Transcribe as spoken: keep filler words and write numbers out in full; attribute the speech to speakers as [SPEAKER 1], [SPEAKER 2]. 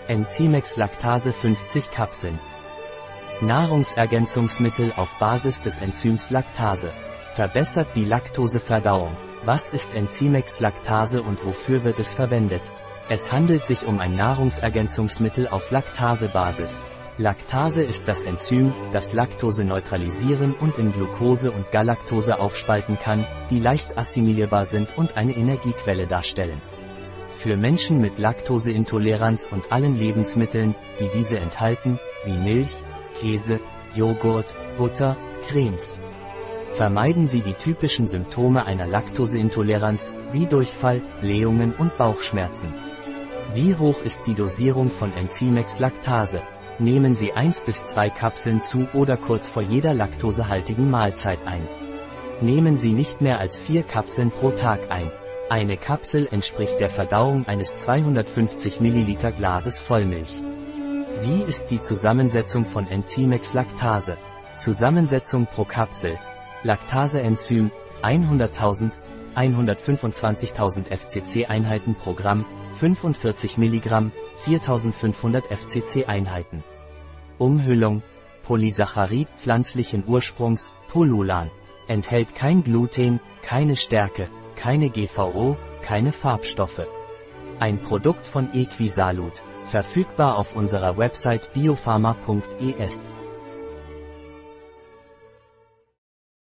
[SPEAKER 1] Enzymex Lactase fünfzig Kapseln. Nahrungsergänzungsmittel auf Basis des Enzyms Lactase. Verbessert die Laktoseverdauung. Was ist Enzymex Lactase und wofür wird es verwendet? Es handelt sich um ein Nahrungsergänzungsmittel auf Laktasebasis. Lactase ist das Enzym, das Laktose neutralisieren und in Glucose und Galaktose aufspalten kann, die leicht assimilierbar sind und eine Energiequelle darstellen. Für Menschen mit Laktoseintoleranz und allen Lebensmitteln, die diese enthalten, wie Milch, Käse, Joghurt, Butter, Cremes. Vermeiden Sie die typischen Symptome einer Laktoseintoleranz, wie Durchfall, Blähungen und Bauchschmerzen. Wie hoch ist die Dosierung von Enzymex Lactase? Nehmen Sie eins bis zwei Kapseln zu oder kurz vor jeder laktosehaltigen Mahlzeit ein. Nehmen Sie nicht mehr als vier Kapseln pro Tag ein. Eine Kapsel entspricht der Verdauung eines zweihundertfünfzig Milliliter Glases Vollmilch. Wie ist die Zusammensetzung von Enzymex Lactase? Zusammensetzung pro Kapsel. Lactase-Enzym, hunderttausend, hundertfünfundzwanzigtausend F C C-Einheiten pro Gramm, fünfundvierzig Milligramm, viertausendfünfhundert F C C-Einheiten. Umhüllung, Polysaccharid pflanzlichen Ursprungs, Tolulan. Enthält kein Gluten, keine Stärke, keine G V O, keine Farbstoffe. Ein Produkt von Equisalut, verfügbar auf unserer Website biopharma punkt es.